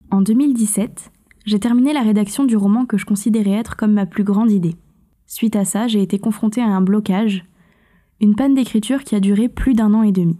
En 2017, j'ai terminé la rédaction du roman que je considérais être comme ma plus grande idée. Suite à ça, j'ai été confrontée à un blocage, une panne d'écriture qui a duré plus d'1 an et demi.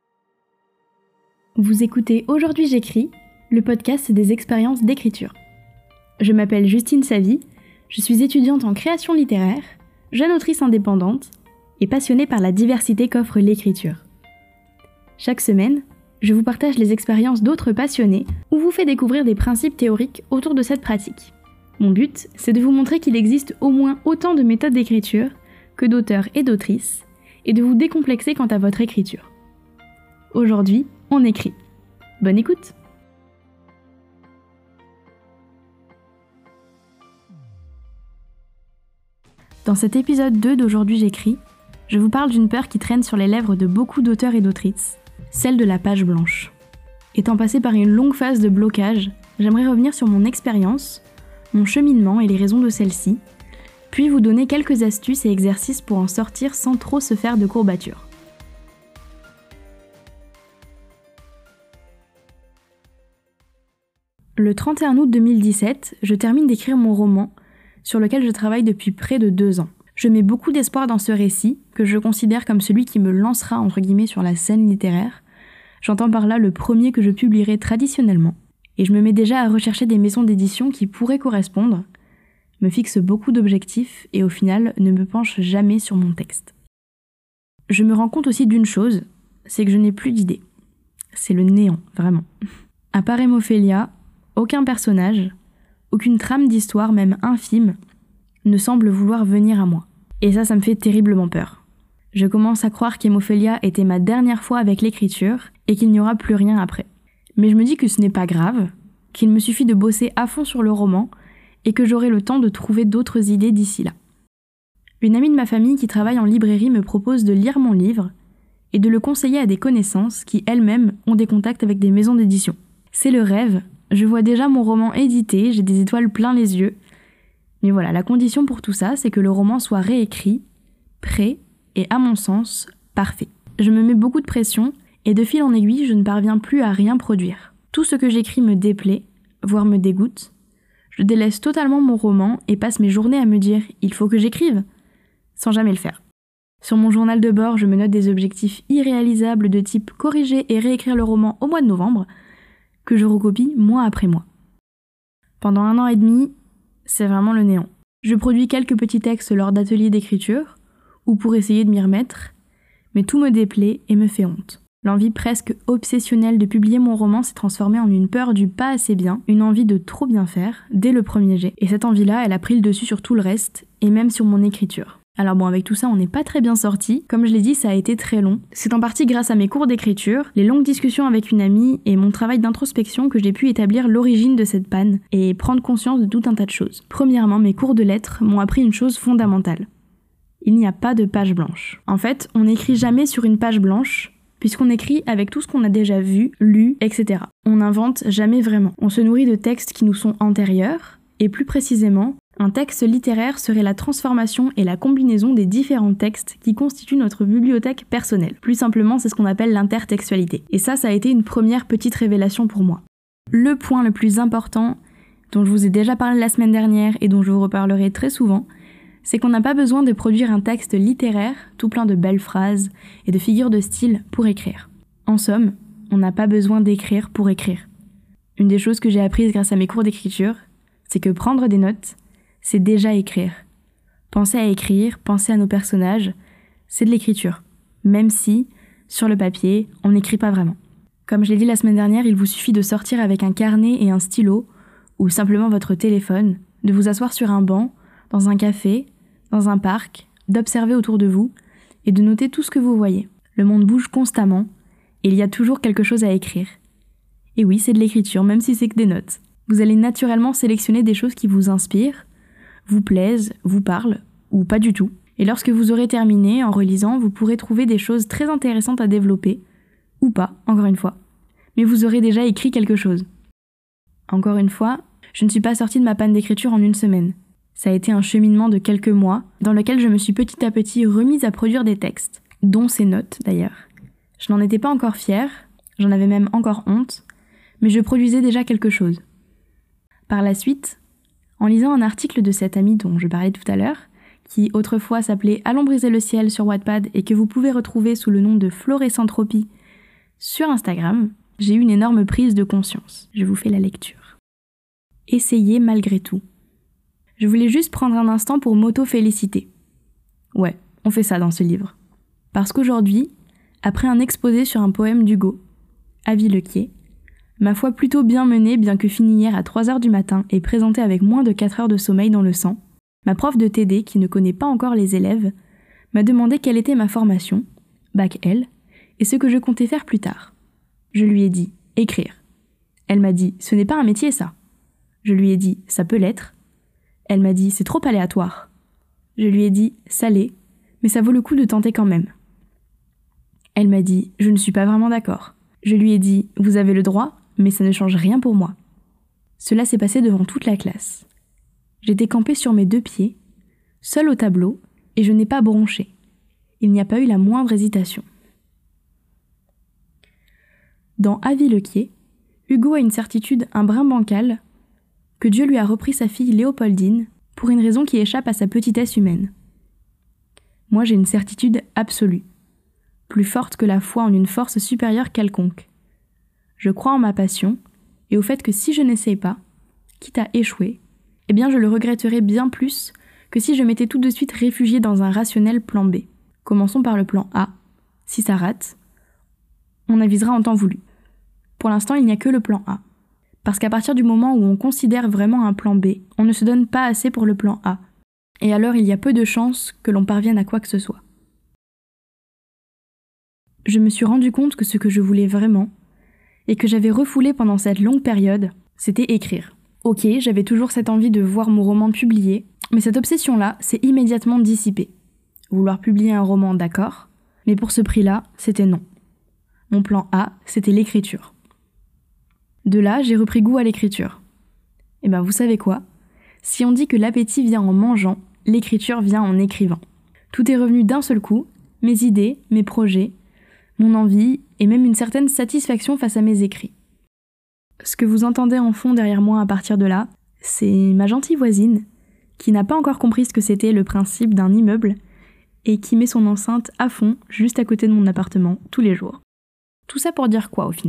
Vous écoutez Aujourd'hui j'écris, le podcast des expériences d'écriture. Je m'appelle Justine Savy, je suis étudiante en création littéraire, jeune autrice indépendante et passionnée par la diversité qu'offre l'écriture. Chaque semaine, je vous partage les expériences d'autres passionnés ou vous fais découvrir des principes théoriques autour de cette pratique. Mon but, c'est de vous montrer qu'il existe au moins autant de méthodes d'écriture que d'auteurs et d'autrices, et de vous décomplexer quant à votre écriture. Aujourd'hui, on écrit. Bonne écoute! Dans cet épisode 2 d'Aujourd'hui j'écris, je vous parle d'une peur qui traîne sur les lèvres de beaucoup d'auteurs et d'autrices, celle de la page blanche. Étant passée par une longue phase de blocage, j'aimerais revenir sur mon expérience, mon cheminement et les raisons de celle-ci, puis vous donner quelques astuces et exercices pour en sortir sans trop se faire de courbatures. Le 31 août 2017, je termine d'écrire mon roman, sur lequel je travaille depuis près de 2 ans. Je mets beaucoup d'espoir dans ce récit, que je considère comme celui qui me lancera entre guillemets sur la scène littéraire. J'entends par là le premier que je publierai traditionnellement. Et je me mets déjà à rechercher des maisons d'édition qui pourraient correspondre, me fixe beaucoup d'objectifs et au final ne me penche jamais sur mon texte. Je me rends compte aussi d'une chose, c'est que je n'ai plus d'idées. C'est le néant, vraiment. À part Hémophilia, aucun personnage, aucune trame d'histoire, même infime, ne semble vouloir venir à moi. Et ça me fait terriblement peur. Je commence à croire qu'Hémophilia était ma dernière fois avec l'écriture et qu'il n'y aura plus rien après. Mais je me dis que ce n'est pas grave, qu'il me suffit de bosser à fond sur le roman et que j'aurai le temps de trouver d'autres idées d'ici là. Une amie de ma famille qui travaille en librairie me propose de lire mon livre et de le conseiller à des connaissances qui elles-mêmes ont des contacts avec des maisons d'édition. C'est le rêve, je vois déjà mon roman édité, j'ai des étoiles plein les yeux. Mais voilà, la condition pour tout ça, c'est que le roman soit réécrit, prêt et à mon sens, parfait. Je me mets beaucoup de pression et de fil en aiguille, je ne parviens plus à rien produire. Tout ce que j'écris me déplaît, voire me dégoûte. Je délaisse totalement mon roman et passe mes journées à me dire « il faut que j'écrive », sans jamais le faire. Sur mon journal de bord, je me note des objectifs irréalisables de type corriger et réécrire le roman au mois de novembre, que je recopie mois après mois. Pendant 1 an et demi, c'est vraiment le néant. Je produis quelques petits textes lors d'ateliers d'écriture, ou pour essayer de m'y remettre, mais tout me déplaît et me fait honte. L'envie presque obsessionnelle de publier mon roman s'est transformée en une peur du pas assez bien, une envie de trop bien faire, dès le premier jet. Et cette envie-là, elle a pris le dessus sur tout le reste, et même sur mon écriture. Alors bon, avec tout ça, on n'est pas très bien sortis. Comme je l'ai dit, ça a été très long. C'est en partie grâce à mes cours d'écriture, les longues discussions avec une amie et mon travail d'introspection que j'ai pu établir l'origine de cette panne et prendre conscience de tout un tas de choses. Premièrement, mes cours de lettres m'ont appris une chose fondamentale. Il n'y a pas de page blanche. En fait, on n'écrit jamais sur une page blanche, puisqu'on écrit avec tout ce qu'on a déjà vu, lu, etc. On n'invente jamais vraiment. On se nourrit de textes qui nous sont antérieurs, et plus précisément, un texte littéraire serait la transformation et la combinaison des différents textes qui constituent notre bibliothèque personnelle. Plus simplement, c'est ce qu'on appelle l'intertextualité. Et ça a été une première petite révélation pour moi. Le point le plus important, dont je vous ai déjà parlé la semaine dernière et dont je vous reparlerai très souvent, c'est qu'on n'a pas besoin de produire un texte littéraire, tout plein de belles phrases et de figures de style pour écrire. En somme, on n'a pas besoin d'écrire pour écrire. Une des choses que j'ai apprises grâce à mes cours d'écriture, c'est que prendre des notes, c'est déjà écrire. Penser à écrire, penser à nos personnages, c'est de l'écriture. Même si, sur le papier, on n'écrit pas vraiment. Comme je l'ai dit la semaine dernière, il vous suffit de sortir avec un carnet et un stylo, ou simplement votre téléphone, de vous asseoir sur un banc, dans un café, dans un parc, d'observer autour de vous, et de noter tout ce que vous voyez. Le monde bouge constamment, et il y a toujours quelque chose à écrire. Et oui, c'est de l'écriture, même si c'est que des notes. Vous allez naturellement sélectionner des choses qui vous inspirent, vous plaisent, vous parlent, ou pas du tout. Et lorsque vous aurez terminé, en relisant, vous pourrez trouver des choses très intéressantes à développer, ou pas, encore une fois. Mais vous aurez déjà écrit quelque chose. Encore une fois, je ne suis pas sortie de ma panne d'écriture en 1 semaine. Ça a été un cheminement de quelques mois, dans lequel je me suis petit à petit remise à produire des textes, dont ces notes d'ailleurs. Je n'en étais pas encore fière, j'en avais même encore honte, mais je produisais déjà quelque chose. Par la suite, en lisant un article de cette amie dont je parlais tout à l'heure, qui autrefois s'appelait « Allons briser le ciel » sur Wattpad et que vous pouvez retrouver sous le nom de Florescentropie sur Instagram, j'ai eu une énorme prise de conscience. Je vous fais la lecture. Essayez malgré tout. Je voulais juste prendre un instant pour m'auto-féliciter. Ouais, on fait ça dans ce livre. Parce qu'aujourd'hui, après un exposé sur un poème d'Hugo, Avillequier, ma foi plutôt bien menée bien que finie hier à 3h du matin et présentée avec moins de 4 heures de sommeil dans le sang, ma prof de TD, qui ne connaît pas encore les élèves, m'a demandé quelle était ma formation, bac L, et ce que je comptais faire plus tard. Je lui ai dit « écrire ». Elle m'a dit « ce n'est pas un métier ça ». Je lui ai dit « ça peut l'être ». Elle m'a dit « c'est trop aléatoire ». Je lui ai dit « ça l'est, mais ça vaut le coup de tenter quand même ». Elle m'a dit « je ne suis pas vraiment d'accord ». Je lui ai dit « vous avez le droit, mais ça ne change rien pour moi ». Cela s'est passé devant toute la classe. J'étais campée sur mes 2 pieds, seule au tableau, et je n'ai pas bronché. Il n'y a pas eu la moindre hésitation. Dans Avillequier, Hugo a une certitude un brin bancale que Dieu lui a repris sa fille Léopoldine pour une raison qui échappe à sa petitesse humaine. Moi j'ai une certitude absolue, plus forte que la foi en une force supérieure quelconque. Je crois en ma passion et au fait que si je n'essaye pas, quitte à échouer, eh bien je le regretterais bien plus que si je m'étais tout de suite réfugiée dans un rationnel plan B. Commençons par le plan A. Si ça rate, on avisera en temps voulu. Pour l'instant, il n'y a que le plan A. Parce qu'à partir du moment où on considère vraiment un plan B, on ne se donne pas assez pour le plan A. Et alors il y a peu de chances que l'on parvienne à quoi que ce soit. Je me suis rendu compte que ce que je voulais vraiment, et que j'avais refoulé pendant cette longue période, c'était écrire. Ok, j'avais toujours cette envie de voir mon roman publié, mais cette obsession-là s'est immédiatement dissipée. Vouloir publier un roman, d'accord, mais pour ce prix-là, c'était non. Mon plan A, c'était l'écriture. De là, j'ai repris goût à l'écriture. Et ben vous savez quoi ? Si on dit que l'appétit vient en mangeant, l'écriture vient en écrivant. Tout est revenu d'un seul coup, mes idées, mes projets, mon envie et même une certaine satisfaction face à mes écrits. Ce que vous entendez en fond derrière moi à partir de là, c'est ma gentille voisine qui n'a pas encore compris ce que c'était le principe d'un immeuble et qui met son enceinte à fond juste à côté de mon appartement tous les jours. Tout ça pour dire quoi au final ?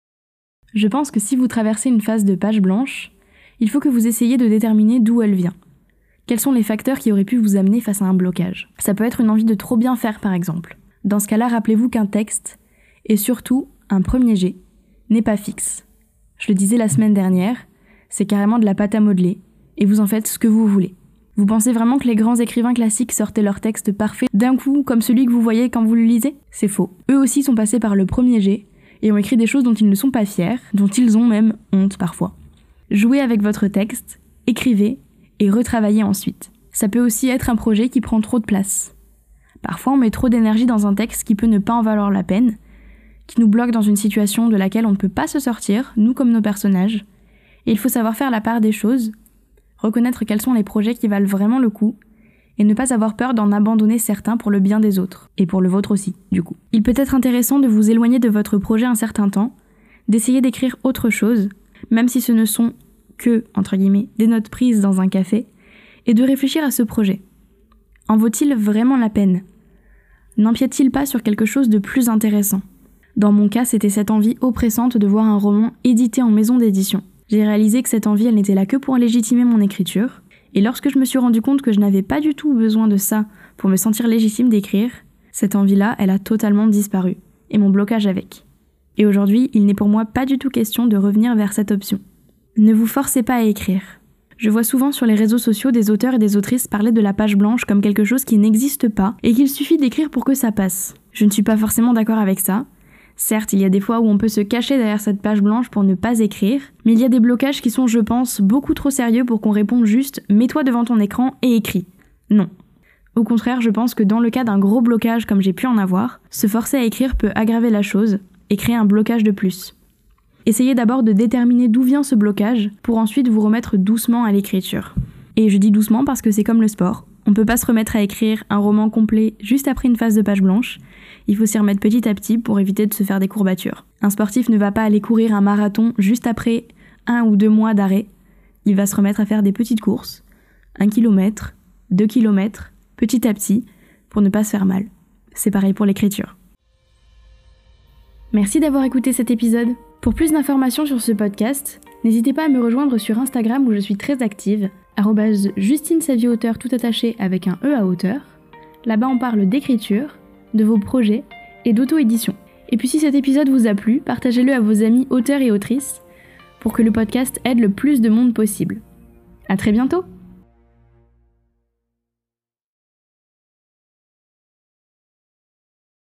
Je pense que si vous traversez une phase de page blanche, il faut que vous essayiez de déterminer d'où elle vient. Quels sont les facteurs qui auraient pu vous amener face à un blocage ? Ça peut être une envie de trop bien faire par exemple. Dans ce cas-là, rappelez-vous qu'un texte, et surtout un premier jet, n'est pas fixe. Je le disais la semaine dernière, c'est carrément de la pâte à modeler, et vous en faites ce que vous voulez. Vous pensez vraiment que les grands écrivains classiques sortaient leurs textes parfaits d'un coup, comme celui que vous voyez quand vous le lisez ? C'est faux. Eux aussi sont passés par le premier jet, et ont écrit des choses dont ils ne sont pas fiers, dont ils ont même honte parfois. Jouez avec votre texte, écrivez, et retravaillez ensuite. Ça peut aussi être un projet qui prend trop de place. Parfois on met trop d'énergie dans un texte qui peut ne pas en valoir la peine, qui nous bloque dans une situation de laquelle on ne peut pas se sortir, nous comme nos personnages, et il faut savoir faire la part des choses, reconnaître quels sont les projets qui valent vraiment le coup, et ne pas avoir peur d'en abandonner certains pour le bien des autres, et pour le vôtre aussi, du coup. Il peut être intéressant de vous éloigner de votre projet un certain temps, d'essayer d'écrire autre chose, même si ce ne sont que, entre guillemets, des notes prises dans un café, et de réfléchir à ce projet. En vaut-il vraiment la peine ? N'empiète-t-il pas sur quelque chose de plus intéressant ? Dans mon cas, c'était cette envie oppressante de voir un roman édité en maison d'édition. J'ai réalisé que cette envie, elle n'était là que pour légitimer mon écriture, et lorsque je me suis rendu compte que je n'avais pas du tout besoin de ça pour me sentir légitime d'écrire, cette envie-là, elle a totalement disparu, et mon blocage avec. Et aujourd'hui, il n'est pour moi pas du tout question de revenir vers cette option. Ne vous forcez pas à écrire. Je vois souvent sur les réseaux sociaux des auteurs et des autrices parler de la page blanche comme quelque chose qui n'existe pas et qu'il suffit d'écrire pour que ça passe. Je ne suis pas forcément d'accord avec ça. Certes, il y a des fois où on peut se cacher derrière cette page blanche pour ne pas écrire, mais il y a des blocages qui sont, je pense, beaucoup trop sérieux pour qu'on réponde juste « mets-toi devant ton écran et écris ». Non. Au contraire, je pense que dans le cas d'un gros blocage comme j'ai pu en avoir, se forcer à écrire peut aggraver la chose et créer un blocage de plus. Essayez d'abord de déterminer d'où vient ce blocage pour ensuite vous remettre doucement à l'écriture. Et je dis doucement parce que c'est comme le sport. On peut pas se remettre à écrire un roman complet juste après une phase de page blanche. Il faut s'y remettre petit à petit pour éviter de se faire des courbatures. Un sportif ne va pas aller courir un marathon juste après 1 ou 2 mois d'arrêt. il va se remettre à faire des petites courses, 1 kilomètre, 2 kilomètres, petit à petit, pour ne pas se faire mal. C'est pareil pour l'écriture. Merci d'avoir écouté cet épisode. Pour plus d'informations sur ce podcast, n'hésitez pas à me rejoindre sur Instagram où je suis très active, @JustineSavieAuteur tout attaché avec un E à hauteur. Là-bas on parle d'écriture, de vos projets et d'auto-édition. Et puis si cet épisode vous a plu, partagez-le à vos amis auteurs et autrices pour que le podcast aide le plus de monde possible. À très bientôt!